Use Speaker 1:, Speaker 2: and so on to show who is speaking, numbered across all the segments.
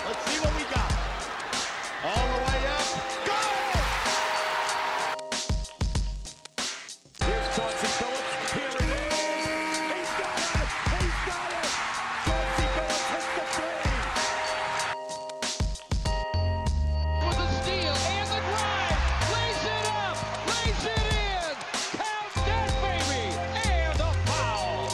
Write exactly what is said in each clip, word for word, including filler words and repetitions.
Speaker 1: Let's see what we got. All the way up. Go! Here's Chauncey Billups. Here it is. He's got it. He's got it. Chauncey Billups hits the three.
Speaker 2: With a steal and the drive. Lays it up. Lays it in. Count that baby. And a foul.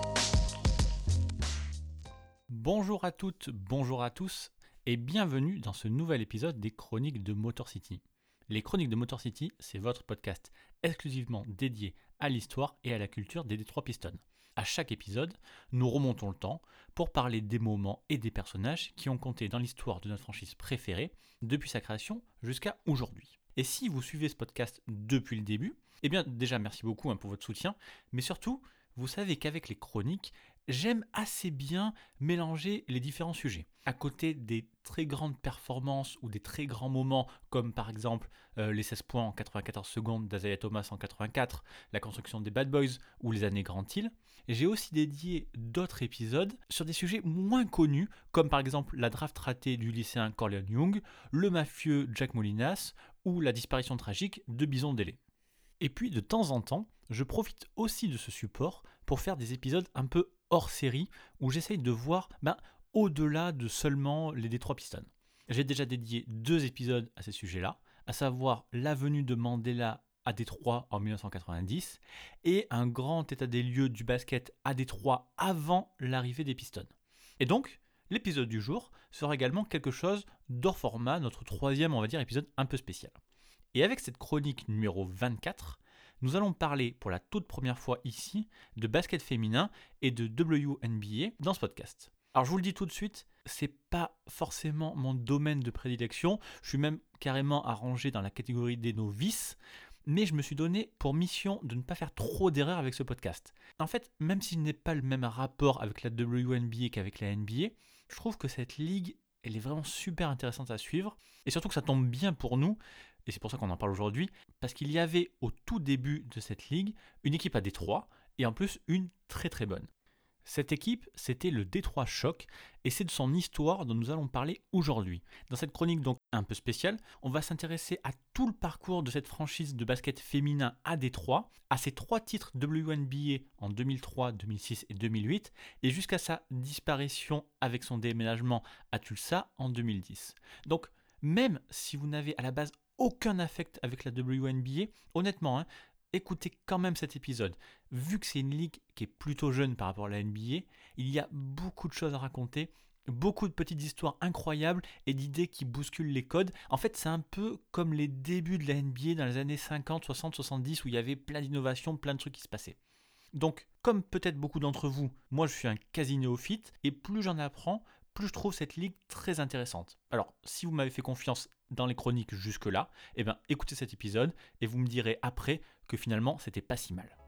Speaker 3: Bonjour à toutes, bonjour à tous et bienvenue dans ce nouvel épisode des Chroniques de Motor City. Les Chroniques de Motor City, c'est votre podcast exclusivement dédié à l'histoire et à la culture des Detroit Pistons. À chaque épisode, nous remontons le temps pour parler des moments et des personnages qui ont compté dans l'histoire de notre franchise préférée depuis sa création jusqu'à aujourd'hui. Et si vous suivez ce podcast depuis le début, eh bien déjà merci beaucoup hein, pour votre soutien, mais surtout, vous savez qu'avec les chroniques, j'aime assez bien mélanger les différents sujets. À côté des très grandes performances ou des très grands moments, comme par exemple euh, les seize points en quatre-vingt-quatorze secondes d'Isaiah Thomas en quatre-vingt-quatre, la construction des Bad Boys ou les années Grant Hill, j'ai aussi dédié d'autres épisodes sur des sujets moins connus, comme par exemple la draft ratée du lycéen Corleone Young, le mafieux Jack Molinas ou la disparition tragique de Bison Dele. Et puis de temps en temps, je profite aussi de ce support pour faire des épisodes un peu hors série où j'essaye de voir ben, au-delà de seulement les Detroit Pistons. J'ai déjà dédié deux épisodes à ces sujets-là, à savoir la venue de Mandela à Détroit en dix-neuf cent quatre-vingt-dix et un grand état des lieux du basket à Détroit avant l'arrivée des Pistons. Et donc, l'épisode du jour sera également quelque chose d'hors format, notre troisième, on va dire, épisode un peu spécial. Et avec cette chronique numéro vingt-quatre, nous allons parler pour la toute première fois ici de basket féminin et de W N B A dans ce podcast. Alors je vous le dis tout de suite, c'est pas forcément mon domaine de prédilection, je suis même carrément arrangé dans la catégorie des novices, mais je me suis donné pour mission de ne pas faire trop d'erreurs avec ce podcast. En fait, même si je n'ai pas le même rapport avec la W N B A qu'avec la N B A, je trouve que cette ligue, elle est vraiment super intéressante à suivre, et surtout que ça tombe bien pour nous, et c'est pour ça qu'on en parle aujourd'hui, parce qu'il y avait au tout début de cette ligue une équipe à Détroit, et en plus une très très bonne. Cette équipe, c'était le Détroit Shock, et c'est de son histoire dont nous allons parler aujourd'hui. Dans cette chronique donc un peu spéciale, on va s'intéresser à tout le parcours de cette franchise de basket féminin à Détroit, à ses trois titres W N B A en deux mille trois, deux mille six et deux mille huit, et jusqu'à sa disparition avec son déménagement à Tulsa en deux mille dix. Donc, même si vous n'avez à la base aucun affect avec la W N B A, honnêtement, hein, écoutez quand même cet épisode. Vu que c'est une ligue qui est plutôt jeune par rapport à la N B A, il y a beaucoup de choses à raconter, beaucoup de petites histoires incroyables et d'idées qui bousculent les codes. En fait, c'est un peu comme les débuts de la N B A dans les années cinquante, soixante, soixante-dix où il y avait plein d'innovations, plein de trucs qui se passaient. Donc, comme peut-être beaucoup d'entre vous, moi je suis un quasi néophyte et plus j'en apprends, plus je trouve cette ligue très intéressante. Alors, si vous m'avez fait confiance dans les chroniques jusque-là, eh bien, écoutez cet épisode et vous me direz après que finalement, c'était pas si mal.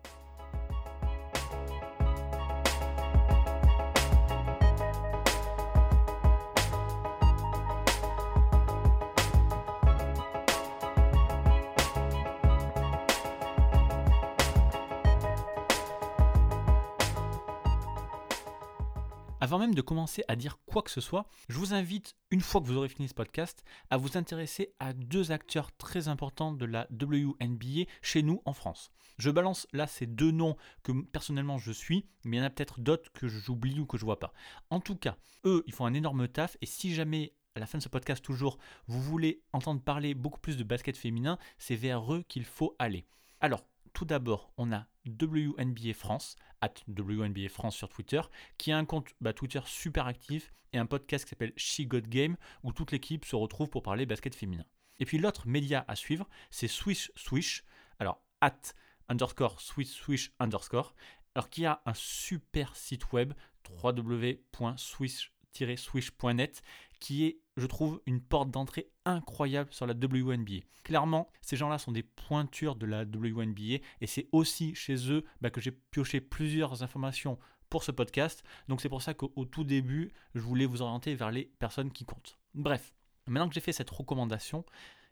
Speaker 3: Avant même de commencer à dire quoi que ce soit, je vous invite, une fois que vous aurez fini ce podcast, à vous intéresser à deux acteurs très importants de la W N B A chez nous en France. Je balance là ces deux noms que personnellement je suis, mais il y en a peut-être d'autres que j'oublie ou que je vois pas. En tout cas, eux, ils font un énorme taf et si jamais, à la fin de ce podcast toujours, vous voulez entendre parler beaucoup plus de basket féminin, c'est vers eux qu'il faut aller. Alors, tout d'abord, on a W N B A France, at W N B A France sur Twitter, qui a un compte bah, Twitter super actif et un podcast qui s'appelle She Got Game, où toute l'équipe se retrouve pour parler basket féminin. Et puis l'autre média à suivre, c'est Swish Swish, alors at underscore Swish Swish underscore, alors qui a un super site web, w w w point swish tiret swish point net, qui est, je trouve, une porte d'entrée incroyable sur la W N B A. Clairement, ces gens-là sont des pointures de la W N B A et c'est aussi chez eux bah, que j'ai pioché plusieurs informations pour ce podcast. Donc c'est pour ça qu'au tout début, je voulais vous orienter vers les personnes qui comptent. Bref, maintenant que j'ai fait cette recommandation,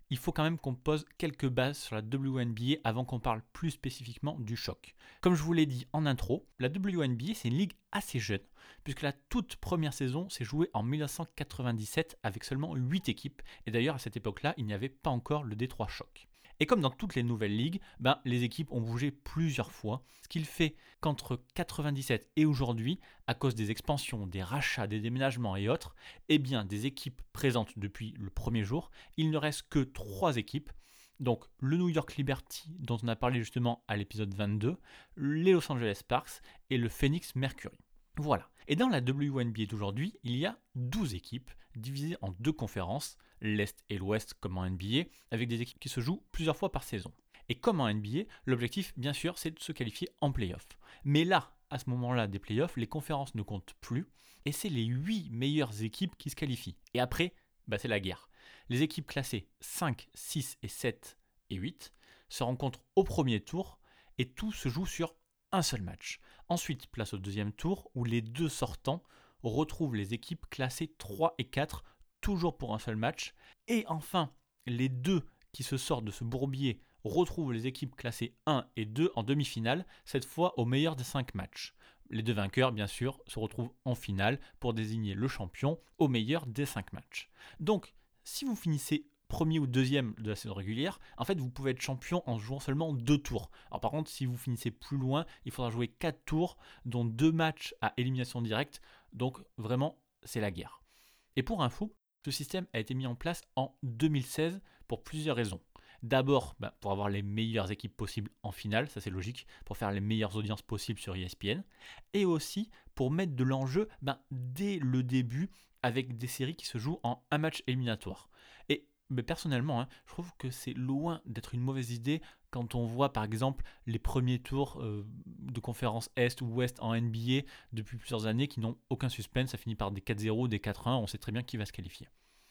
Speaker 3: il faut quand même qu'on pose quelques bases sur la W N B A avant qu'on parle plus spécifiquement du choc. Comme je vous l'ai dit en intro, la W N B A c'est une ligue assez jeune, puisque la toute première saison s'est jouée en dix-neuf cent quatre-vingt-dix-sept avec seulement huit équipes, et d'ailleurs à cette époque-là, il n'y avait pas encore le Détroit Shock. Et comme dans toutes les nouvelles ligues, ben, les équipes ont bougé plusieurs fois, ce qui fait qu'entre quatre-vingt-dix-sept et aujourd'hui, à cause des expansions, des rachats, des déménagements et autres, eh bien des équipes présentes depuis le premier jour, il ne reste que trois équipes. Donc le New York Liberty, dont on a parlé justement à l'épisode vingt-deux, les Los Angeles Sparks et le Phoenix Mercury. Voilà. Et dans la W N B A d'aujourd'hui, il y a douze équipes divisées en deux conférences, l'Est et l'Ouest comme en N B A, avec des équipes qui se jouent plusieurs fois par saison. Et comme en N B A, l'objectif, bien sûr, c'est de se qualifier en play-off. Mais là, à ce moment-là des play-offs, les conférences ne comptent plus, et c'est les huit meilleures équipes qui se qualifient. Et après, bah, c'est la guerre. Les équipes classées cinq, six et sept et huit se rencontrent au premier tour, et tout se joue sur un seul match. Ensuite, place au deuxième tour, où les deux sortants retrouvent les équipes classées trois et quatre, toujours pour un seul match. Et enfin, les deux qui se sortent de ce bourbier retrouvent les équipes classées un et deux en demi-finale, cette fois au meilleur des cinq matchs. Les deux vainqueurs, bien sûr, se retrouvent en finale pour désigner le champion au meilleur des cinq matchs. Donc, si vous finissez premier ou deuxième de la saison régulière, en fait, vous pouvez être champion en jouant seulement deux tours. Alors par contre, si vous finissez plus loin, il faudra jouer quatre tours, dont deux matchs à élimination directe. Donc vraiment, c'est la guerre. Et pour info, ce système a été mis en place en deux mille seize pour plusieurs raisons. D'abord, bah, pour avoir les meilleures équipes possibles en finale, ça c'est logique, pour faire les meilleures audiences possibles sur E S P N, et aussi pour mettre de l'enjeu bah, dès le début avec des séries qui se jouent en un match éliminatoire. Et mais personnellement, hein, je trouve que c'est loin d'être une mauvaise idée quand on voit par exemple les premiers tours euh, de conférence Est ou Ouest en N B A depuis plusieurs années qui n'ont aucun suspense, ça finit par des quatre zéro, des quatre un, on sait très bien qui va se qualifier.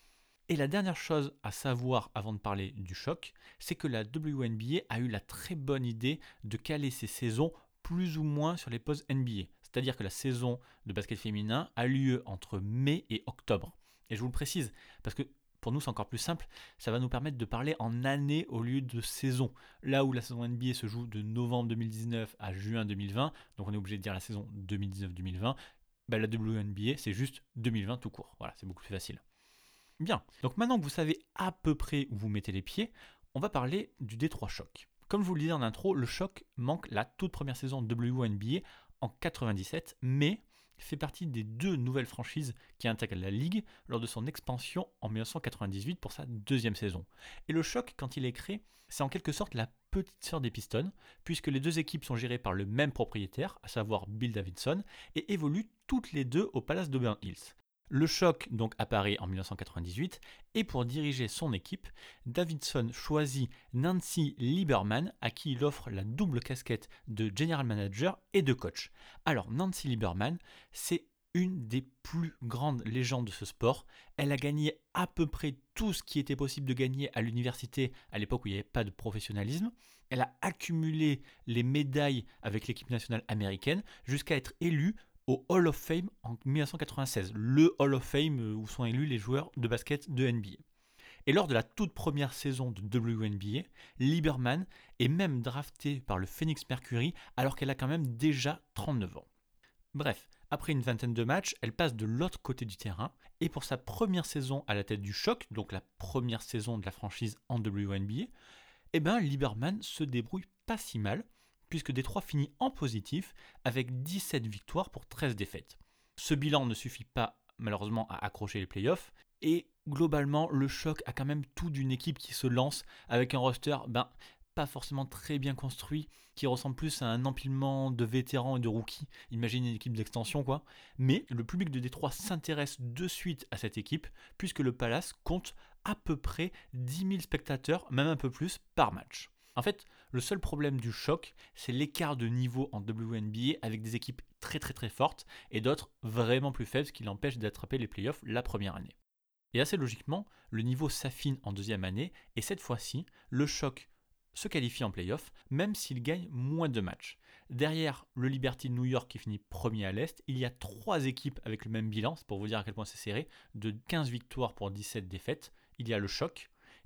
Speaker 3: Et la dernière chose à savoir avant de parler du choc, c'est que la W N B A a eu la très bonne idée de caler ses saisons plus ou moins sur les pauses N B A. C'est-à-dire que la saison de basket féminin a lieu entre mai et octobre. Et je vous le précise, parce que pour nous c'est encore plus simple, ça va nous permettre de parler en année au lieu de saison. Là où la saison N B A se joue de novembre deux mille dix-neuf à juin deux mille vingt, donc on est obligé de dire la saison deux mille dix-neuf deux mille vingt, bah la W N B A c'est juste deux mille vingt tout court. Voilà, c'est beaucoup plus facile. Bien, donc maintenant que vous savez à peu près où vous mettez les pieds, on va parler du Détroit Shock. Comme je vous le disais en intro, le Shock manque la toute première saison de W N B A en quatre-vingt-dix-sept, mais fait partie des deux nouvelles franchises qui intègrent la Ligue lors de son expansion en dix-neuf cent quatre-vingt-dix-huit pour sa deuxième saison. Et le Shock, quand il est créé, c'est en quelque sorte la petite sœur des Pistons, puisque les deux équipes sont gérées par le même propriétaire, à savoir Bill Davidson, et évoluent toutes les deux au Palace d'Auburn Hills. Le Shock donc apparaît en dix-neuf cent quatre-vingt-dix-huit et pour diriger son équipe, Davidson choisit Nancy Lieberman à qui il offre la double casquette de general manager et de coach. Alors Nancy Lieberman, c'est une des plus grandes légendes de ce sport. Elle a gagné à peu près tout ce qui était possible de gagner à l'université à l'époque où il n'y avait pas de professionnalisme. Elle a accumulé les médailles avec l'équipe nationale américaine jusqu'à être élue au Hall of Fame en dix-neuf cent quatre-vingt-seize, le Hall of Fame où sont élus les joueurs de basket de N B A. Et lors de la toute première saison de W N B A, Lieberman est même draftée par le Phoenix Mercury alors qu'elle a quand même déjà trente-neuf ans. Bref, après une vingtaine de matchs, elle passe de l'autre côté du terrain et pour sa première saison à la tête du Shock, donc la première saison de la franchise en W N B A, eh ben Lieberman se débrouille pas si mal, puisque Détroit finit en positif avec dix-sept victoires pour treize défaites. Ce bilan ne suffit pas malheureusement à accrocher les playoffs, et globalement le Shock a quand même tout d'une équipe qui se lance avec un roster ben, pas forcément très bien construit, qui ressemble plus à un empilement de vétérans et de rookies, imaginez une équipe d'extension quoi, mais le public de Détroit s'intéresse de suite à cette équipe, puisque le Palace compte à peu près dix mille spectateurs, même un peu plus, par match. En fait, le seul problème du Shock, c'est l'écart de niveau en W N B A avec des équipes très très très fortes et d'autres vraiment plus faibles, ce qui l'empêche d'attraper les playoffs la première année. Et assez logiquement, le niveau s'affine en deuxième année et cette fois-ci, le Shock se qualifie en playoffs même s'il gagne moins de matchs. Derrière le Liberty de New York qui finit premier à l'Est, il y a trois équipes avec le même bilan, c'est pour vous dire à quel point c'est serré, de quinze victoires pour dix-sept défaites. Il y a le Shock,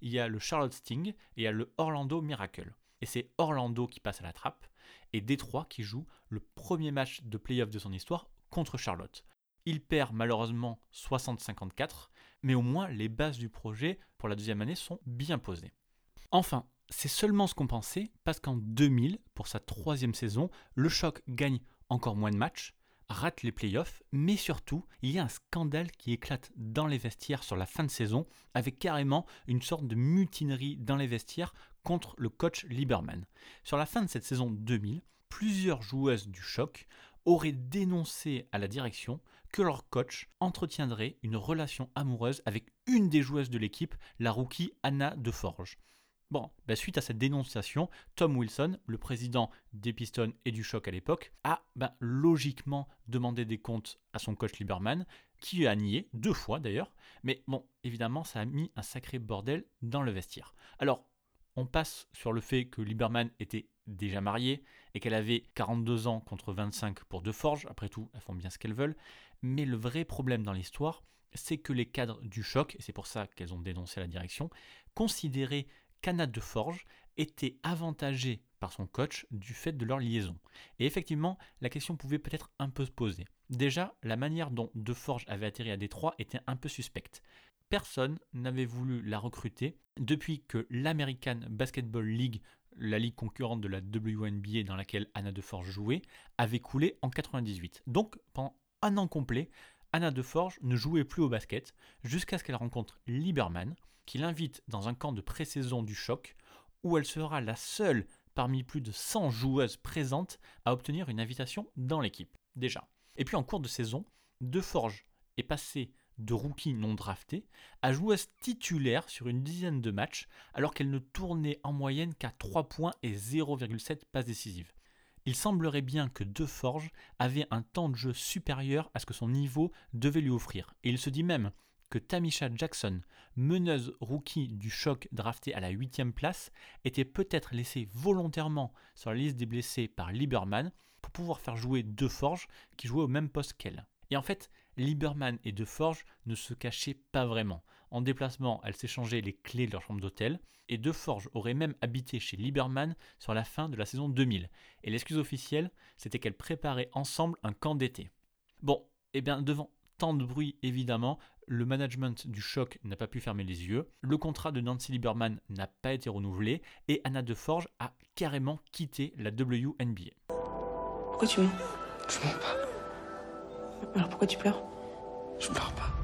Speaker 3: il y a le Charlotte Sting et il y a le Orlando Miracle. Et c'est Orlando qui passe à la trappe et Détroit qui joue le premier match de play-off de son histoire contre Charlotte. Il perd malheureusement soixante à cinquante-quatre, mais au moins les bases du projet pour la deuxième année sont bien posées. Enfin, c'est seulement ce qu'on pensait parce qu'en deux mille, pour sa troisième saison, le Choc gagne encore moins de matchs, rate les playoffs, mais surtout, il y a un scandale qui éclate dans les vestiaires sur la fin de saison avec carrément une sorte de mutinerie dans les vestiaires contre le coach Lieberman. Sur la fin de cette saison deux mille, plusieurs joueuses du Choc auraient dénoncé à la direction que leur coach entretiendrait une relation amoureuse avec une des joueuses de l'équipe, la rookie Anna DeForge. Bon, bah suite à cette dénonciation, Tom Wilson, le président des Pistons et du Choc à l'époque, a bah, logiquement demandé des comptes à son coach Lieberman, qui a nié, deux fois d'ailleurs, mais bon, évidemment, ça a mis un sacré bordel dans le vestiaire. Alors, on passe sur le fait que Lieberman était déjà mariée et qu'elle avait quarante-deux ans contre vingt-cinq pour DeForge, après tout, elles font bien ce qu'elles veulent, mais le vrai problème dans l'histoire, c'est que les cadres du Choc, et c'est pour ça qu'elles ont dénoncé la direction, considéraient qu'Anna DeForge était avantagée par son coach du fait de leur liaison. Et effectivement, la question pouvait peut-être un peu se poser. Déjà, la manière dont DeForge avait atterri à Détroit était un peu suspecte. Personne n'avait voulu la recruter depuis que l'American Basketball League, la ligue concurrente de la W N B A dans laquelle Anna DeForge jouait, avait coulé en quatre-vingt-dix-huit. Donc, pendant un an complet, Anna DeForge ne jouait plus au basket jusqu'à ce qu'elle rencontre Lieberman, qui l'invite dans un camp de pré-saison du Choc où elle sera la seule parmi plus de cent joueuses présentes à obtenir une invitation dans l'équipe, déjà. Et puis en cours de saison, DeForge est passée de rookie non drafté à joueuse titulaire sur une dizaine de matchs alors qu'elle ne tournait en moyenne qu'à trois points et zéro virgule sept passes décisives. Il semblerait bien que DeForge avait un temps de jeu supérieur à ce que son niveau devait lui offrir. Et il se dit même que Tamisha Jackson, meneuse rookie du Choc draftée à la huitième place, était peut-être laissée volontairement sur la liste des blessés par Lieberman pour pouvoir faire jouer DeForge qui jouait au même poste qu'elle. Et en fait, Lieberman et DeForge ne se cachaient pas vraiment. En déplacement, elles s'échangeaient les clés de leur chambre d'hôtel et DeForge aurait même habité chez Lieberman sur la fin de la saison deux mille. Et l'excuse officielle, c'était qu'elles préparaient ensemble un camp d'été. Bon, et bien devant tant de bruit évidemment, le management du Choc n'a pas pu fermer les yeux, le contrat de Nancy Lieberman n'a pas été renouvelé et Anna DeForge a carrément quitté la W N B A.
Speaker 4: Pourquoi tu mens?
Speaker 5: Je mens pas.
Speaker 4: Alors pourquoi tu pleures?
Speaker 5: Je pleure pas.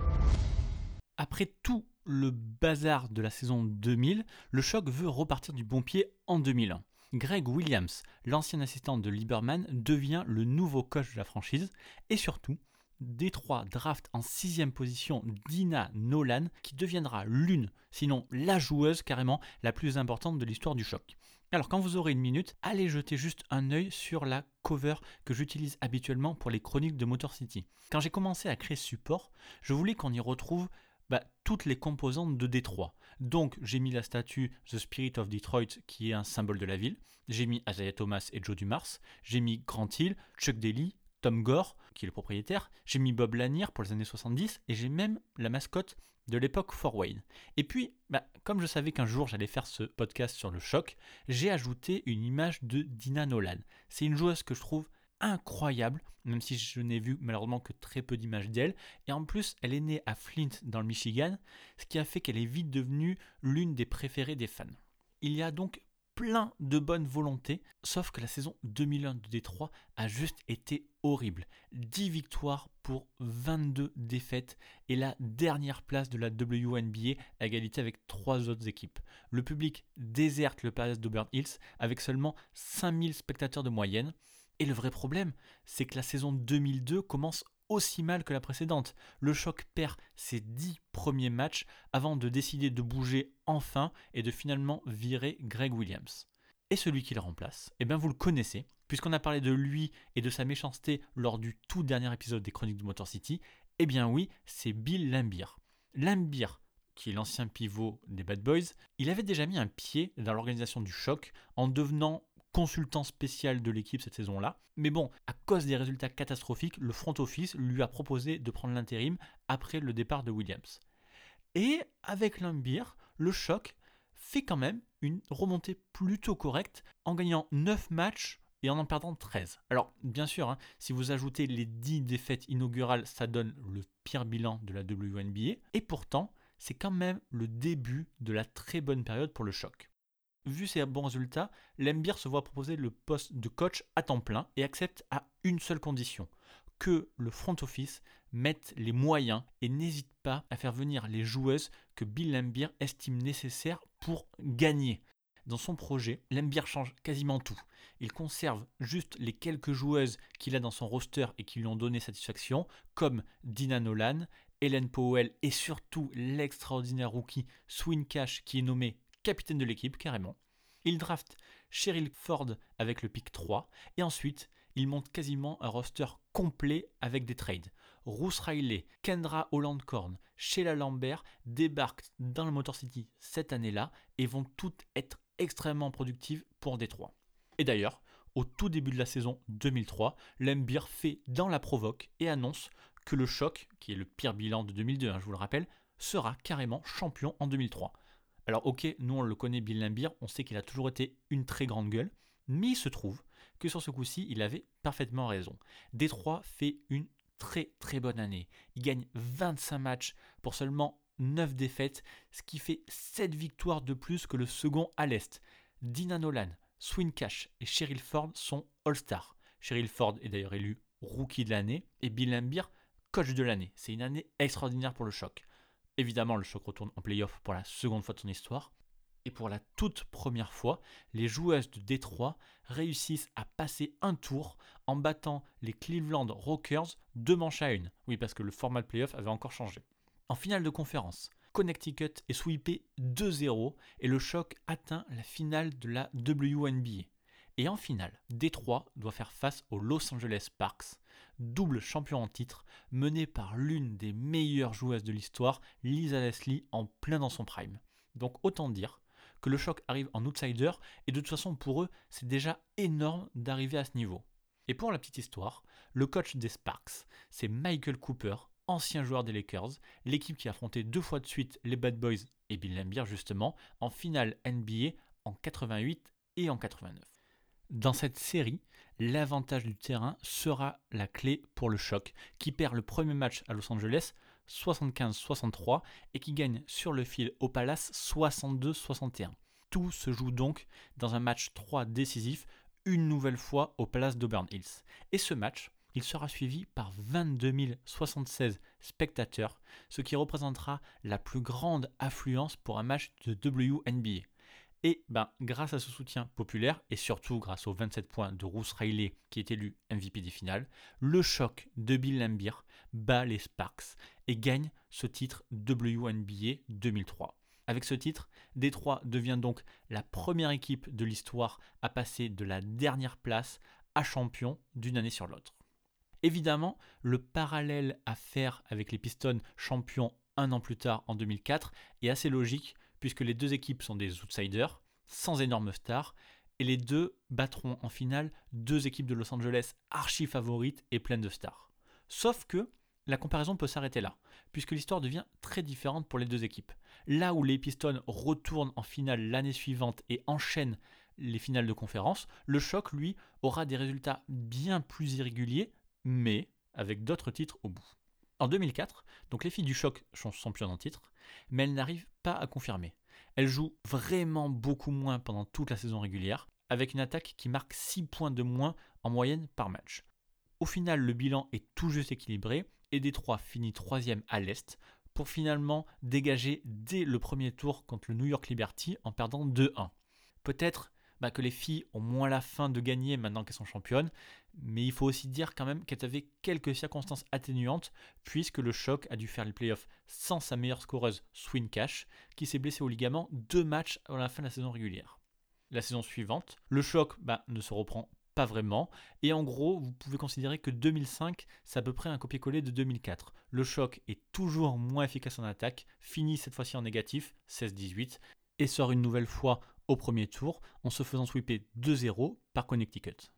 Speaker 3: Après tout le bazar de la saison deux mille, le Choc veut repartir du bon pied en deux mille un. Greg Williams, l'ancien assistant de Lieberman, devient le nouveau coach de la franchise et surtout, Détroit draft en sixième position Dina Nolan qui deviendra l'une, sinon la joueuse carrément la plus importante de l'histoire du Choc. Alors quand vous aurez une minute, allez jeter juste un œil sur la cover que j'utilise habituellement pour les chroniques de Motor City. Quand j'ai commencé à créer ce support, je voulais qu'on y retrouve bah, toutes les composantes de Détroit. Donc j'ai mis la statue The Spirit of Detroit qui est un symbole de la ville, j'ai mis Isaiah Thomas et Joe Dumars, j'ai mis Grant Hill, Chuck Daly, Tom Gore, qui est le propriétaire, j'ai mis Bob Lanier pour les années soixante-dix, et j'ai même la mascotte de l'époque Fort Wayne. Et puis, bah, comme je savais qu'un jour j'allais faire ce podcast sur le Choc, j'ai ajouté une image de Dina Nolan. C'est une joueuse que je trouve incroyable, même si je n'ai vu malheureusement que très peu d'images d'elle, et en plus elle est née à Flint dans le Michigan, ce qui a fait qu'elle est vite devenue l'une des préférées des fans. Il y a donc plein de bonne volonté, sauf que la saison deux mille un de Détroit a juste été horrible. dix victoires pour vingt-deux défaites et la dernière place de la W N B A à égalité avec trois autres équipes. Le public déserte le Palace d'Auburn Hills avec seulement cinq mille spectateurs de moyenne. Et le vrai problème, c'est que la saison deux mille deux commence aussi mal que la précédente. Le Choc perd ses dix premiers matchs avant de décider de bouger enfin et de finalement virer Greg Williams. Et celui qui le remplace, eh bien vous le connaissez, puisqu'on a parlé de lui et de sa méchanceté lors du tout dernier épisode des Chroniques de Motor City. Eh bien oui, c'est Bill Laimbeer. Laimbeer, qui est l'ancien pivot des Bad Boys, il avait déjà mis un pied dans l'organisation du Choc en devenant consultant spécial de l'équipe cette saison-là. Mais bon, à cause des résultats catastrophiques, le front office lui a proposé de prendre l'intérim après le départ de Williams. Et avec Laimbeer, le Choc fait quand même une remontée plutôt correcte en gagnant neuf matchs et en en perdant treize. Alors bien sûr, hein, si vous ajoutez les dix défaites inaugurales, ça donne le pire bilan de la W N B A, et pourtant c'est quand même le début de la très bonne période pour le Shock. Vu ses bons résultats, Laimbeer se voit proposer le poste de coach à temps plein et accepte à une seule condition, que le front office mette les moyens et n'hésite pas à faire venir les joueuses que Bill Laimbeer estime nécessaires pour gagner. Dans son projet, Laimbeer change quasiment tout. Il conserve juste les quelques joueuses qu'il a dans son roster et qui lui ont donné satisfaction, comme Dina Nolan, Helen Powell et surtout l'extraordinaire rookie Swin Cash qui est nommé capitaine de l'équipe carrément. Il draft Cheryl Ford avec le pick trois et ensuite il monte quasiment un roster complet avec des trades. Ruth Riley, Kendra Holland-Korn, Sheila Lambert débarquent dans le Motor City cette année-là et vont toutes être extrêmement productives pour Détroit. Et d'ailleurs, au tout début de la saison deux mille trois, Laimbeer fait dans la provoque et annonce que le Shock, qui est le pire bilan de deux mille deux, hein, je vous le rappelle, sera carrément champion en deux mille trois. Alors ok, nous on le connaît Bill Laimbeer, on sait qu'il a toujours été une très grande gueule, mais il se trouve que sur ce coup-ci, il avait parfaitement raison. Détroit fait une très très bonne année. Il gagne vingt-cinq matchs pour seulement neuf défaites, ce qui fait sept victoires de plus que le second à l'Est. Dina Nolan, Swin Cash et Cheryl Ford sont All-Stars. Cheryl Ford est d'ailleurs élue Rookie de l'année et Bill Laimbeer Coach de l'année. C'est une année extraordinaire pour le Shock. Évidemment, le Shock retourne en play-off pour la seconde fois de son histoire. Et pour la toute première fois, les joueuses de Détroit réussissent à passer un tour en battant les Cleveland Rockers deux manches à une. Oui, parce que le format de play-off avait encore changé. En finale de conférence, Connecticut est sweepé deux zéro et le Shock atteint la finale de la W N B A. Et en finale, Détroit doit faire face aux Los Angeles Sparks, double champion en titre, mené par l'une des meilleures joueuses de l'histoire, Lisa Leslie, en plein dans son prime. Donc autant dire que le Shock arrive en outsider, et de toute façon pour eux, c'est déjà énorme d'arriver à ce niveau. Et pour la petite histoire, le coach des Sparks, c'est Michael Cooper, ancien joueur des Lakers, l'équipe qui a affronté deux fois de suite les Bad Boys et Bill Laimbeer justement, en finale N B A en quatre-vingt-huit et en quatre-vingt-neuf. Dans cette série, l'avantage du terrain sera la clé pour le Shock, qui perd le premier match à Los Angeles soixante-quinze à soixante-trois et qui gagne sur le fil au Palace soixante-deux à soixante et un. Tout se joue donc dans un match trois décisif, une nouvelle fois au Palace d'Auburn Hills. Et ce match, il sera suivi par vingt-deux mille soixante-seize spectateurs, ce qui représentera la plus grande affluence pour un match de W N B A. Et ben, grâce à ce soutien populaire, et surtout grâce aux vingt-sept points de Ruth Riley qui est élue M V P des finales, le Shock de Bill Laimbeer bat les Sparks et gagne ce titre W N B A deux mille trois. Avec ce titre, Détroit devient donc la première équipe de l'histoire à passer de la dernière place à champion d'une année sur l'autre. Évidemment, le parallèle à faire avec les Pistons champions un an plus tard en deux mille quatre est assez logique, puisque les deux équipes sont des outsiders, sans énormes stars, et les deux battront en finale deux équipes de Los Angeles archi favorites et pleines de stars. Sauf que la comparaison peut s'arrêter là, puisque l'histoire devient très différente pour les deux équipes. Là où les Pistons retournent en finale l'année suivante et enchaînent les finales de conférence, le Shock, lui, aura des résultats bien plus irréguliers, mais avec d'autres titres au bout. En deux mille quatre, donc les filles du Shock sont championnes en titre, mais elles n'arrivent pas à confirmer. Elles jouent vraiment beaucoup moins pendant toute la saison régulière, avec une attaque qui marque six points de moins en moyenne par match. Au final, le bilan est tout juste équilibré, et Détroit finit troisième à l'Est, pour finalement dégager dès le premier tour contre le New York Liberty en perdant deux un. Peut-être bah, que les filles ont moins la faim de gagner maintenant qu'elles sont championnes, mais il faut aussi dire quand même qu'elles avaient quelques circonstances atténuantes, puisque le Shock a dû faire les playoffs sans sa meilleure scoreuse Swin Cash, qui s'est blessée au ligament deux matchs à la fin de la saison régulière. La saison suivante, le Shock bah, ne se reprend pas vraiment, et en gros, vous pouvez considérer que deux mille cinq, c'est à peu près un copier-coller de deux mille quatre. Le Shock est toujours moins efficace en attaque, finit cette fois-ci en négatif, seize dix-huit, et sort une nouvelle fois au premier tour, en se faisant sweeper deux zéro par Connecticut.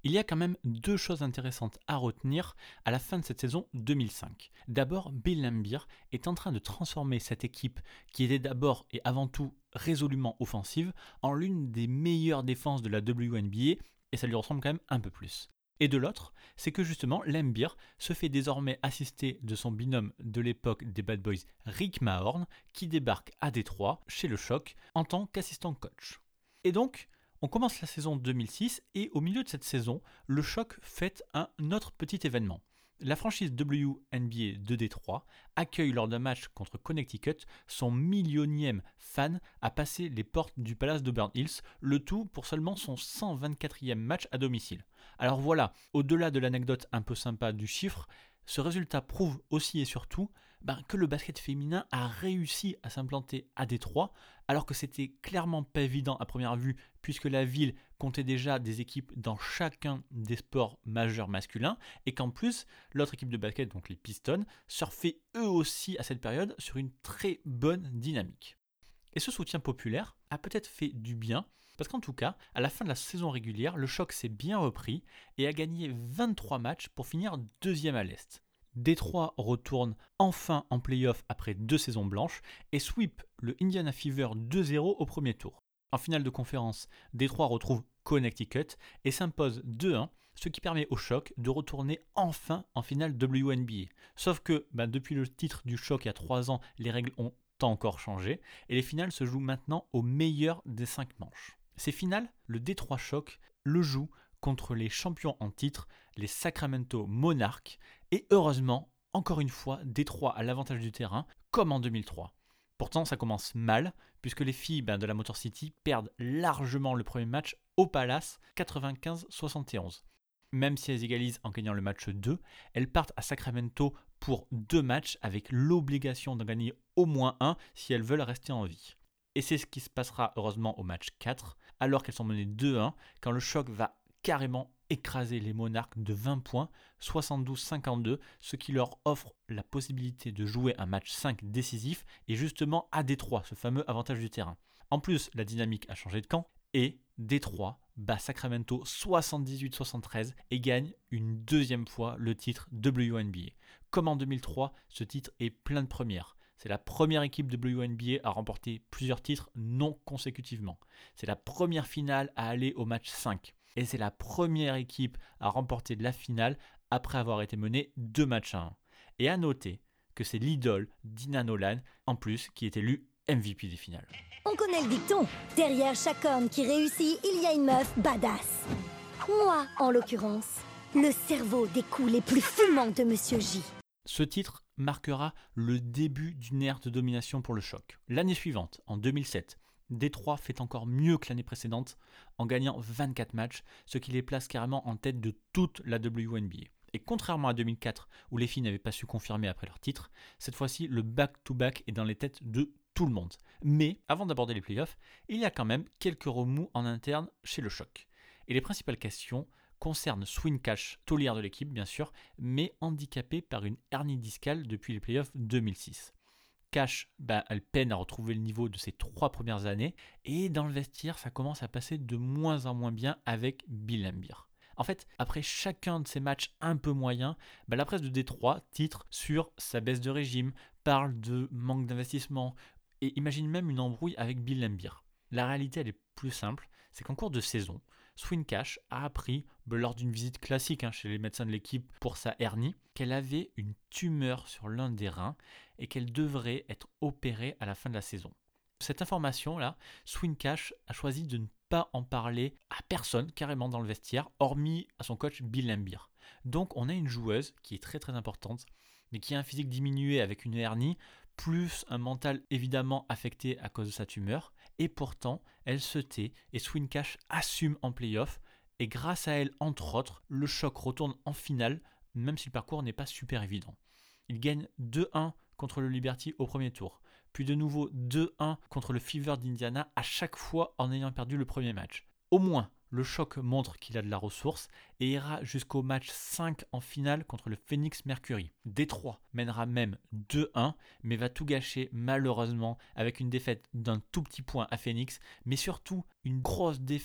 Speaker 3: Il y a quand même deux choses intéressantes à retenir à la fin de cette saison deux mille cinq. D'abord, Bill Laimbeer est en train de transformer cette équipe qui était d'abord et avant tout résolument offensive en l'une des meilleures défenses de la W N B A et ça lui ressemble quand même un peu plus. Et de l'autre, c'est que justement Laimbeer se fait désormais assister de son binôme de l'époque des Bad Boys, Rick Mahorn, qui débarque à Détroit chez le Shock en tant qu'assistant coach. Et donc, on commence la saison deux mille six et au milieu de cette saison, le Shock fête un autre petit événement. La franchise W N B A de Détroit accueille lors d'un match contre Connecticut son millionième fan à passer les portes du Palace d'Auburn Hills, le tout pour seulement son cent vingt-quatrième match à domicile. Alors voilà, au-delà de l'anecdote un peu sympa du chiffre, ce résultat prouve aussi et surtout ben, que le basket féminin a réussi à s'implanter à Détroit, alors que c'était clairement pas évident à première vue, puisque la ville comptait déjà des équipes dans chacun des sports majeurs masculins, et qu'en plus, l'autre équipe de basket, donc les Pistons, surfaient eux aussi à cette période sur une très bonne dynamique. Et ce soutien populaire a peut-être fait du bien, parce qu'en tout cas, à la fin de la saison régulière, le Shock s'est bien repris et a gagné vingt-trois matchs pour finir deuxième à l'Est. Détroit retourne enfin en play-off après deux saisons blanches et sweep le Indiana Fever deux zéro au premier tour. En finale de conférence, Détroit retrouve Connecticut et s'impose deux un, ce qui permet au Shock de retourner enfin en finale W N B A. Sauf que bah, depuis le titre du Shock il y a trois ans, les règles ont encore changé et les finales se jouent maintenant au meilleur des cinq manches. Ces finales, le Détroit Shock le joue contre les champions en titre, les Sacramento Monarchs, et heureusement, encore une fois, Détroit a l'avantage du terrain, comme en deux mille trois. Pourtant, ça commence mal, puisque les filles ben, de la Motor City perdent largement le premier match au Palace, quatre-vingt-quinze à soixante et onze. Même si elles égalisent en gagnant le match deux, elles partent à Sacramento pour deux matchs avec l'obligation d'en gagner au moins un si elles veulent rester en vie. Et c'est ce qui se passera heureusement au match quatre, alors qu'elles sont menées deux un, quand le Shock va carrément écraser les Monarchs de vingt points, soixante-douze à cinquante-deux, ce qui leur offre la possibilité de jouer un match cinq décisif et justement à Détroit, ce fameux avantage du terrain. En plus, la dynamique a changé de camp et Détroit bat Sacramento soixante-dix-huit à soixante-treize et gagne une deuxième fois le titre W N B A. Comme en deux mille trois, ce titre est plein de premières. C'est la première équipe W N B A à remporter plusieurs titres non consécutivement. C'est la première finale à aller au match cinq. Et c'est la première équipe à remporter la finale après avoir été menée deux matchs à un. Et à noter que c'est l'idole d'Ina Nolan, en plus, qui est élue M V P des finales.
Speaker 4: On connaît le dicton, derrière chaque homme qui réussit, il y a une meuf badass. Moi, en l'occurrence, le cerveau des coups les plus fumants de Monsieur J.
Speaker 3: Ce titre marquera le début d'une ère de domination pour le Shock. L'année suivante, en deux mille sept, Détroit fait encore mieux que l'année précédente en gagnant vingt-quatre matchs, ce qui les place carrément en tête de toute la W N B A. Et contrairement à deux mille quatre, où les filles n'avaient pas su confirmer après leur titre, cette fois-ci, le back-to-back est dans les têtes de tout le monde. Mais, avant d'aborder les playoffs, il y a quand même quelques remous en interne chez le Shock. Et les principales questions concernent Swin Cash, taulière de l'équipe bien sûr, mais handicapé par une hernie discale depuis les playoffs deux mille six. Cash, bah, elle peine à retrouver le niveau de ses trois premières années, et dans le vestiaire, ça commence à passer de moins en moins bien avec Bill Laimbeer. En fait, après chacun de ces matchs un peu moyens, bah, la presse de Détroit titre sur sa baisse de régime, parle de manque d'investissement, et imagine même une embrouille avec Bill Laimbeer. La réalité, elle est plus simple, c'est qu'en cours de saison, Swin Cash a appris, bah, lors d'une visite classique hein, chez les médecins de l'équipe pour sa hernie, qu'elle avait une tumeur sur l'un des reins et qu'elle devrait être opérée à la fin de la saison. Cette information-là, Swin Cash a choisi de ne pas en parler à personne carrément dans le vestiaire, hormis à son coach Bill Laimbeer. Donc on a une joueuse qui est très très importante, mais qui a un physique diminué avec une hernie, plus un mental évidemment affecté à cause de sa tumeur, et pourtant elle se tait et Swin Cash assume en play-off, et grâce à elle entre autres, le Shock retourne en finale, même si le parcours n'est pas super évident. Il gagne deux un contre le Liberty au premier tour, puis de nouveau deux un contre le Fever d'Indiana, à chaque fois en ayant perdu le premier match. Au moins, le Shock montre qu'il a de la ressource et ira jusqu'au match cinq en finale contre le Phoenix Mercury. Détroit mènera même deux un, mais va tout gâcher malheureusement avec une défaite d'un tout petit point à Phoenix, mais surtout une grosse défaite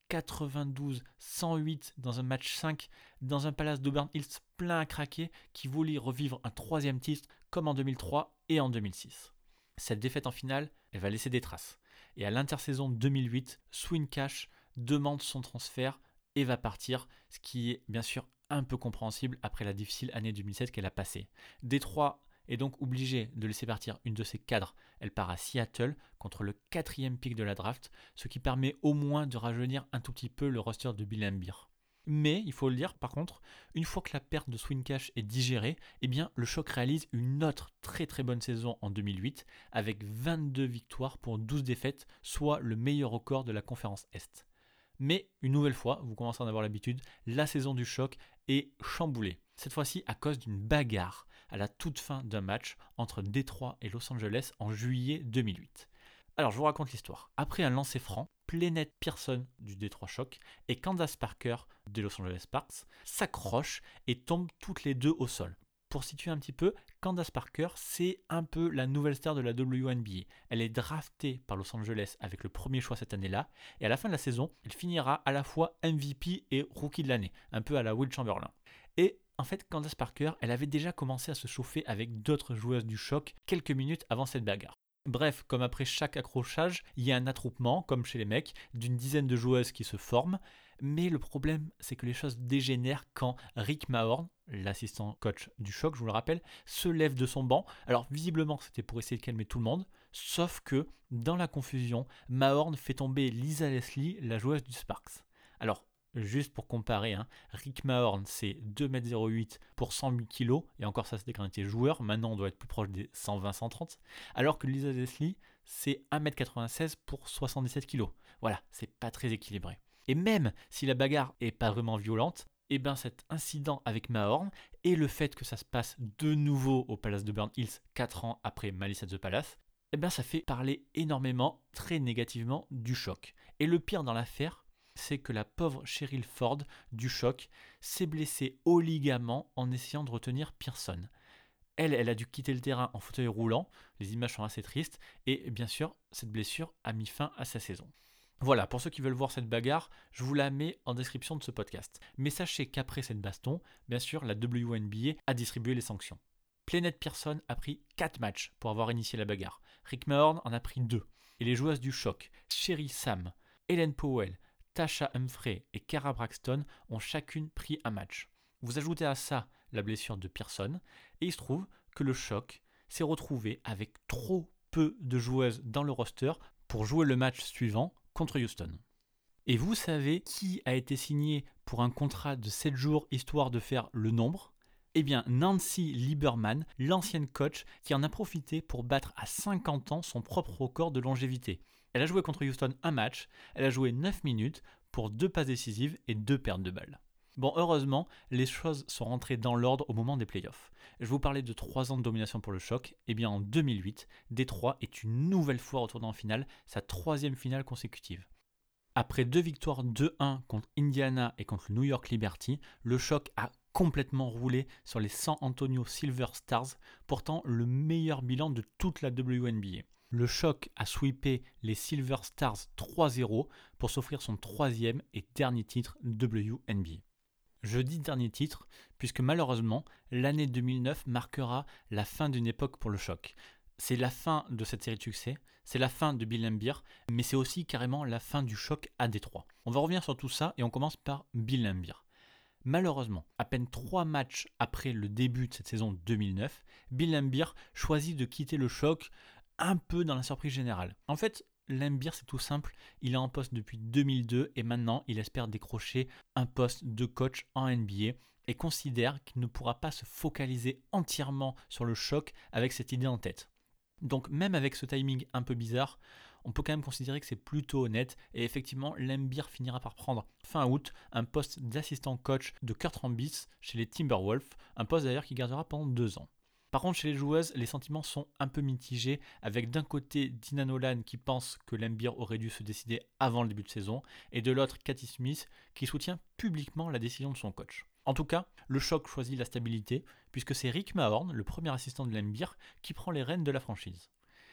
Speaker 3: quatre-vingt-douze cent huit dans un match cinq, dans un Palace d'Auburn Hills plein à craquer, qui voulait revivre un troisième titre comme en deux mille trois et en deux mille six. Cette défaite en finale, elle va laisser des traces. Et à l'intersaison deux mille huit, Swin Cash demande son transfert et va partir, ce qui est bien sûr un peu compréhensible après la difficile année deux mille sept qu'elle a passée. Détroit est donc obligé de laisser partir une de ses cadres. Elle part à Seattle contre le quatrième pick de la draft, ce qui permet au moins de rajeunir un tout petit peu le roster de Bill Laimbeer. Mais, il faut le dire par contre, une fois que la perte de Swin Cash est digérée, eh bien, le Shock réalise une autre très très bonne saison en deux mille huit avec vingt-deux victoires pour douze défaites, soit le meilleur record de la conférence Est. Mais, une nouvelle fois, vous commencez à en avoir l'habitude, la saison du Shock est chamboulée. Cette fois-ci à cause d'une bagarre à la toute fin d'un match entre Détroit et Los Angeles en juillet deux mille huit. Alors je vous raconte l'histoire. Après un lancer franc, Plennette Pearson du Détroit Shock et Candace Parker des Los Angeles Sparks s'accrochent et tombent toutes les deux au sol. Pour situer un petit peu, Candace Parker, c'est un peu la nouvelle star de la W N B A. Elle est draftée par Los Angeles avec le premier choix cette année-là, et à la fin de la saison, elle finira à la fois M V P et Rookie de l'année, un peu à la Will Chamberlain. Et en fait, Candace Parker, elle avait déjà commencé à se chauffer avec d'autres joueuses du Shock quelques minutes avant cette bagarre. Bref, comme après chaque accrochage, il y a un attroupement, comme chez les mecs, d'une dizaine de joueuses qui se forment. Mais le problème, c'est que les choses dégénèrent quand Rick Mahorn, l'assistant coach du Shock, je vous le rappelle, se lève de son banc. Alors visiblement, c'était pour essayer de calmer tout le monde, sauf que, dans la confusion, Mahorn fait tomber Lisa Leslie, la joueuse du Sparks. Alors, juste pour comparer, hein, Rick Mahorn, c'est deux mètres zéro huit pour cent huit kilos, et encore ça c'était quand on était joueur, maintenant on doit être plus proche des cent vingt cent trente, alors que Lisa Leslie, c'est un mètre quatre-vingt-seize pour soixante-dix-sept kilos. Voilà, c'est pas très équilibré. Et même si la bagarre est pas vraiment violente, et ben cet incident avec Mahorn et le fait que ça se passe de nouveau au Palace d'Auburn Hills quatre ans après Malice at the Palace, et ben ça fait parler énormément, très négativement du Shock. Et le pire dans l'affaire, c'est que la pauvre Cheryl Ford du Shock s'est blessée au ligament en essayant de retenir Pearson. Elle, elle a dû quitter le terrain en fauteuil roulant, les images sont assez tristes, et bien sûr, cette blessure a mis fin à sa saison. Voilà, pour ceux qui veulent voir cette bagarre, je vous la mets en description de ce podcast. Mais sachez qu'après cette baston, bien sûr, la W N B A a distribué les sanctions. Plennette Pearson a pris quatre matchs pour avoir initié la bagarre. Rick Mahorn en a pris deux. Et les joueuses du Shock, Sherry Sam, Helen Powell, Tasha Humphrey et Cara Braxton ont chacune pris un match. Vous ajoutez à ça la blessure de Pearson, et il se trouve que le Shock s'est retrouvé avec trop peu de joueuses dans le roster pour jouer le match suivant contre Houston. Et vous savez qui a été signé pour un contrat de sept jours histoire de faire le nombre ? Eh bien, Nancy Lieberman, l'ancienne coach, qui en a profité pour battre à cinquante ans son propre record de longévité. Elle a joué contre Houston un match, elle a joué neuf minutes pour deux passes décisives et deux pertes de balles. Bon, heureusement, les choses sont rentrées dans l'ordre au moment des playoffs. Je vous parlais de trois ans de domination pour le Shock, et bien en deux mille huit, Détroit est une nouvelle fois retourné en finale, sa troisième finale consécutive. Après deux victoires deux un contre Indiana et contre le New York Liberty, le Shock a complètement roulé sur les San Antonio Silver Stars, portant le meilleur bilan de toute la W N B A. Le Shock a sweepé les Silver Stars trois zéro pour s'offrir son troisième et dernier titre W N B A. Je dis dernier titre puisque malheureusement, l'année deux mille neuf marquera la fin d'une époque pour le Shock. C'est la fin de cette série de succès, c'est la fin de Bill Laimbeer, mais c'est aussi carrément la fin du Shock à Détroit. On va revenir sur tout ça et on commence par Bill Laimbeer. Malheureusement, à peine trois matchs après le début de cette saison deux mille neuf, Bill Laimbeer choisit de quitter le Shock un peu dans la surprise générale. En fait, Laimbeer, c'est tout simple, il est en poste depuis deux mille deux et maintenant il espère décrocher un poste de coach en N B A et considère qu'il ne pourra pas se focaliser entièrement sur le Shock avec cette idée en tête. Donc même avec ce timing un peu bizarre, on peut quand même considérer que c'est plutôt honnête et effectivement Laimbeer finira par prendre fin août un poste d'assistant coach de Kurt Rambis chez les Timberwolves, un poste d'ailleurs qu'il gardera pendant deux ans. Par contre, chez les joueuses, les sentiments sont un peu mitigés, avec d'un côté Dina Nolan qui pense que Laimbeer aurait dû se décider avant le début de saison, et de l'autre Cathy Smith qui soutient publiquement la décision de son coach. En tout cas, le Shock choisit la stabilité, puisque c'est Rick Mahorn, le premier assistant de Laimbeer, qui prend les rênes de la franchise.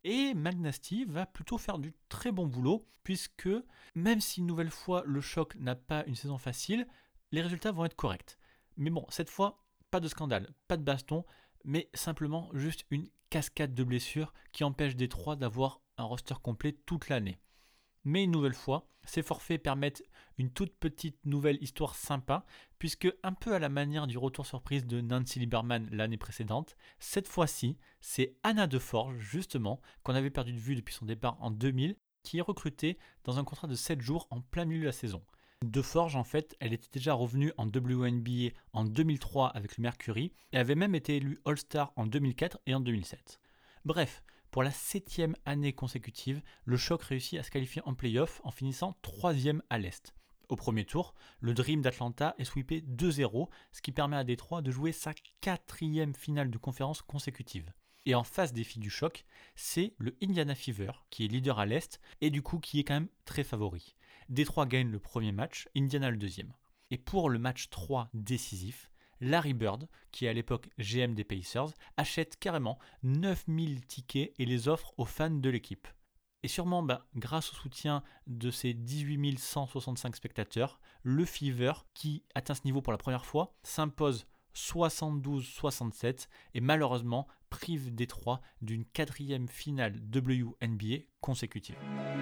Speaker 3: Et McNasty va plutôt faire du très bon boulot, puisque même si une nouvelle fois le Shock n'a pas une saison facile, les résultats vont être corrects. Mais bon, cette fois, pas de scandale, pas de baston, mais simplement juste une cascade de blessures qui empêche Détroit d'avoir un roster complet toute l'année. Mais une nouvelle fois, ces forfaits permettent une toute petite nouvelle histoire sympa, puisque un peu à la manière du retour surprise de Nancy Lieberman l'année précédente, cette fois-ci, c'est Anna DeForge, justement, qu'on avait perdu de vue depuis son départ en deux mille, qui est recrutée dans un contrat de sept jours en plein milieu de la saison. DeForge, en fait, elle était déjà revenue en W N B A en deux mille trois avec le Mercury, et avait même été élue All-Star en deux mille quatre et en deux mille sept. Bref, pour la septième année consécutive, le Shock réussit à se qualifier en play-off en finissant troisième à l'Est. Au premier tour, le Dream d'Atlanta est sweepé deux zéro, ce qui permet à Détroit de jouer sa quatrième finale de conférence consécutive. Et en face des filles du Shock, c'est le Indiana Fever, qui est leader à l'Est, et du coup qui est quand même très favori. Détroit gagne le premier match, Indiana le deuxième. Et pour le match trois décisif, Larry Bird, qui est à l'époque G M des Pacers, achète carrément neuf mille tickets et les offre aux fans de l'équipe. Et sûrement bah, grâce au soutien de ses dix-huit mille cent soixante-cinq spectateurs, le Fever, qui atteint ce niveau pour la première fois, s'impose soixante-douze soixante-sept et malheureusement prive Détroit d'une quatrième finale W N B A consécutive.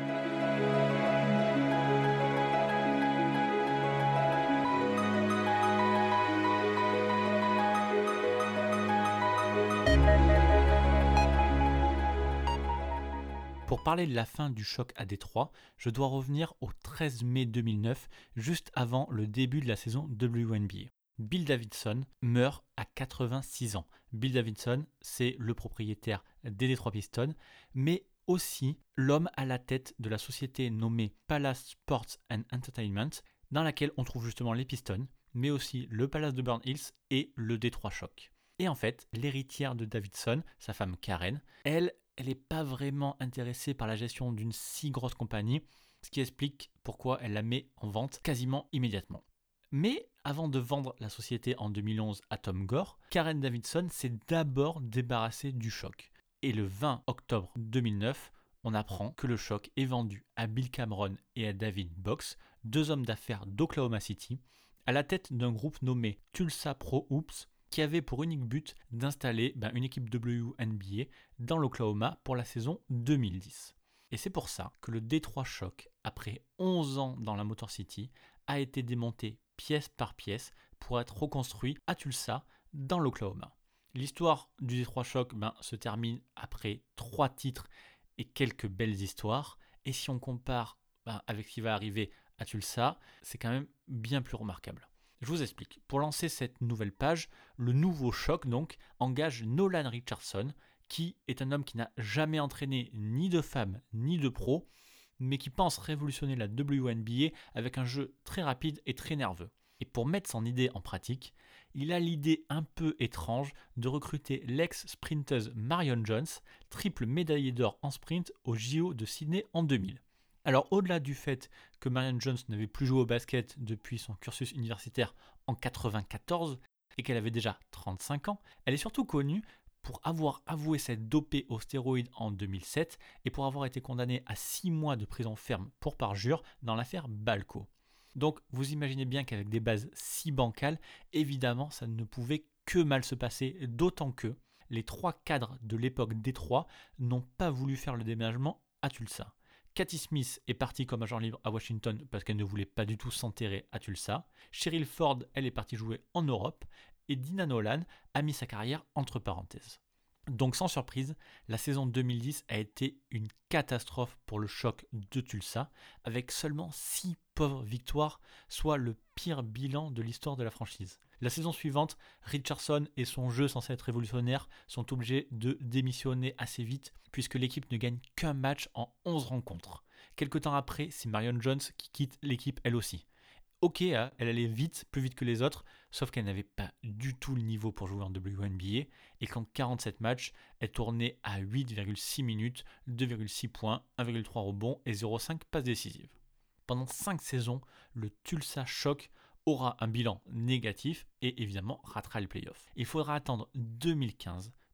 Speaker 3: Pour parler de la fin du Shock à Détroit, je dois revenir au treize mai deux mille neuf, juste avant le début de la saison W N B A. Bill Davidson meurt à quatre-vingt-six ans. Bill Davidson, c'est le propriétaire des Detroit Pistons, mais aussi l'homme à la tête de la société nommée Palace Sports and Entertainment, dans laquelle on trouve justement les Pistons, mais aussi le Palace de Burn Hills et le Détroit Shock. Et en fait, l'héritière de Davidson, sa femme Karen, elle, elle n'est pas vraiment intéressée par la gestion d'une si grosse compagnie, ce qui explique pourquoi elle la met en vente quasiment immédiatement. Mais avant de vendre la société en deux mille onze à Tom Gore, Karen Davidson s'est d'abord débarrassée du Shock. Et le vingt octobre deux mille neuf, on apprend que le Shock est vendu à Bill Cameron et à David Box, deux hommes d'affaires d'Oklahoma City, à la tête d'un groupe nommé Tulsa Pro Hoops, qui avait pour unique but d'installer ben, une équipe W N B A dans l'Oklahoma pour la saison deux mille dix. Et c'est pour ça que le Détroit Shock, après onze ans dans la Motor City, a été démonté pièce par pièce pour être reconstruit à Tulsa, dans l'Oklahoma. L'histoire du Détroit Shock ben, se termine après trois titres et quelques belles histoires. Et si on compare ben, avec ce qui va arriver à Tulsa, c'est quand même bien plus remarquable. Je vous explique. Pour lancer cette nouvelle page, le nouveau Shock donc engage Nolan Richardson, qui est un homme qui n'a jamais entraîné ni de femmes ni de pros, mais qui pense révolutionner la W N B A avec un jeu très rapide et très nerveux. Et pour mettre son idée en pratique, il a l'idée un peu étrange de recruter l'ex-sprinteuse Marion Jones, triple médaillée d'or en sprint aux J O de Sydney en deux mille. Alors au-delà du fait que Marion Jones n'avait plus joué au basket depuis son cursus universitaire en quatre-vingt-quatorze et qu'elle avait déjà trente-cinq ans, elle est surtout connue pour avoir avoué s'être dopée aux stéroïdes en deux mille sept et pour avoir été condamnée à six mois de prison ferme pour parjure dans l'affaire Balco. Donc vous imaginez bien qu'avec des bases si bancales, évidemment ça ne pouvait que mal se passer, d'autant que les trois cadres de l'époque Détroit n'ont pas voulu faire le déménagement à Tulsa. Cathy Smith est partie comme agent libre à Washington parce qu'elle ne voulait pas du tout s'enterrer à Tulsa. Cheryl Ford, elle est partie jouer en Europe. Et Dina Nolan a mis sa carrière entre parenthèses. Donc sans surprise, la saison deux mille dix a été une catastrophe pour le Shock de Tulsa, avec seulement six pauvres victoires, soit le pire bilan de l'histoire de la franchise. La saison suivante, Richardson et son jeu censé être révolutionnaire sont obligés de démissionner assez vite, puisque l'équipe ne gagne qu'un match en onze rencontres. Quelque temps après, c'est Marion Jones qui quitte l'équipe elle aussi. Ok, elle allait vite, plus vite que les autres, sauf qu'elle n'avait pas du tout le niveau pour jouer en W N B A, et qu'en quarante-sept matchs, elle tournait à huit virgule six minutes, deux virgule six points, un virgule trois rebonds et zéro virgule cinq passes décisives. Pendant cinq saisons, le Tulsa Shock aura un bilan négatif et évidemment ratera les playoffs. Il faudra attendre deux mille quinze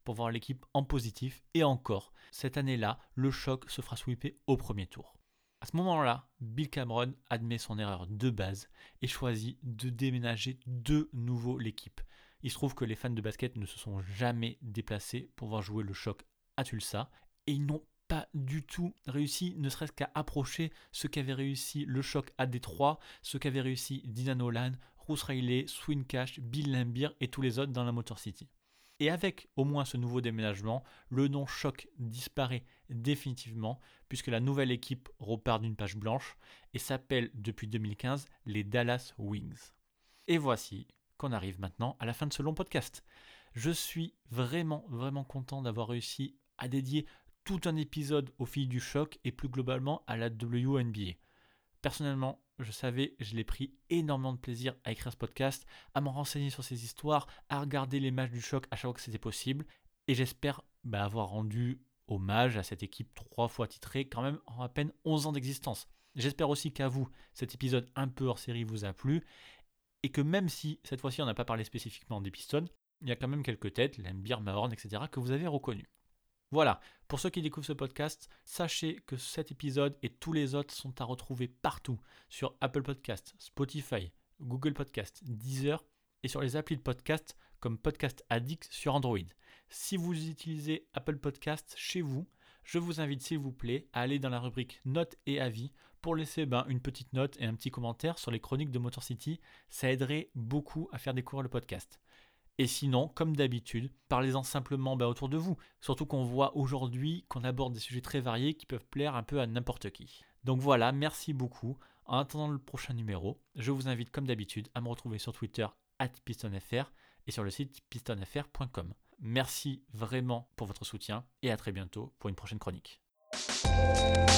Speaker 3: pour voir l'équipe en positif et encore, cette année-là, le choc se fera sweeper au premier tour. À ce moment-là, Bill Cameron admet son erreur de base et choisit de déménager de nouveau l'équipe. Il se trouve que les fans de basket ne se sont jamais déplacés pour voir jouer le choc à Tulsa et ils n'ont pas du tout réussi, ne serait-ce qu'à approcher ce qu'avait réussi le choc à Détroit, ce qu'avait réussi Dylan Nolan, Bruce Riley, Swin Cash, Bill Laimbeer et tous les autres dans la Motor City. Et avec au moins ce nouveau déménagement, le nom choc disparaît définitivement puisque la nouvelle équipe repart d'une page blanche et s'appelle depuis deux mille quinze les Dallas Wings. Et voici qu'on arrive maintenant à la fin de ce long podcast. Je suis vraiment vraiment content d'avoir réussi à dédier tout un épisode aux filles du choc et plus globalement à la W N B A. Personnellement, je savais, je l'ai pris énormément de plaisir à écrire ce podcast, à m'en renseigner sur ces histoires, à regarder les matchs du choc à chaque fois que c'était possible. Et j'espère bah, avoir rendu hommage à cette équipe trois fois titrée, quand même en à peine onze ans d'existence. J'espère aussi qu'à vous, cet épisode un peu hors série vous a plu, et que même si cette fois-ci on n'a pas parlé spécifiquement des Pistons, il y a quand même quelques têtes, Laimbeer, Mahorn, et cetera, que vous avez reconnues. Voilà, pour ceux qui découvrent ce podcast, sachez que cet épisode et tous les autres sont à retrouver partout sur Apple Podcasts, Spotify, Google Podcasts, Deezer et sur les applis de podcast comme Podcast Addict sur Android. Si vous utilisez Apple Podcasts chez vous, je vous invite s'il vous plaît à aller dans la rubrique notes et avis pour laisser ben, une petite note et un petit commentaire sur les chroniques de Motor City. Ça aiderait beaucoup à faire découvrir le podcast. Et sinon, comme d'habitude, parlez-en simplement bah, autour de vous. Surtout qu'on voit aujourd'hui qu'on aborde des sujets très variés qui peuvent plaire un peu à n'importe qui. Donc voilà, merci beaucoup. En attendant le prochain numéro, je vous invite comme d'habitude à me retrouver sur Twitter arobase pistonfr et sur le site piston f r point com. Merci vraiment pour votre soutien et à très bientôt pour une prochaine chronique.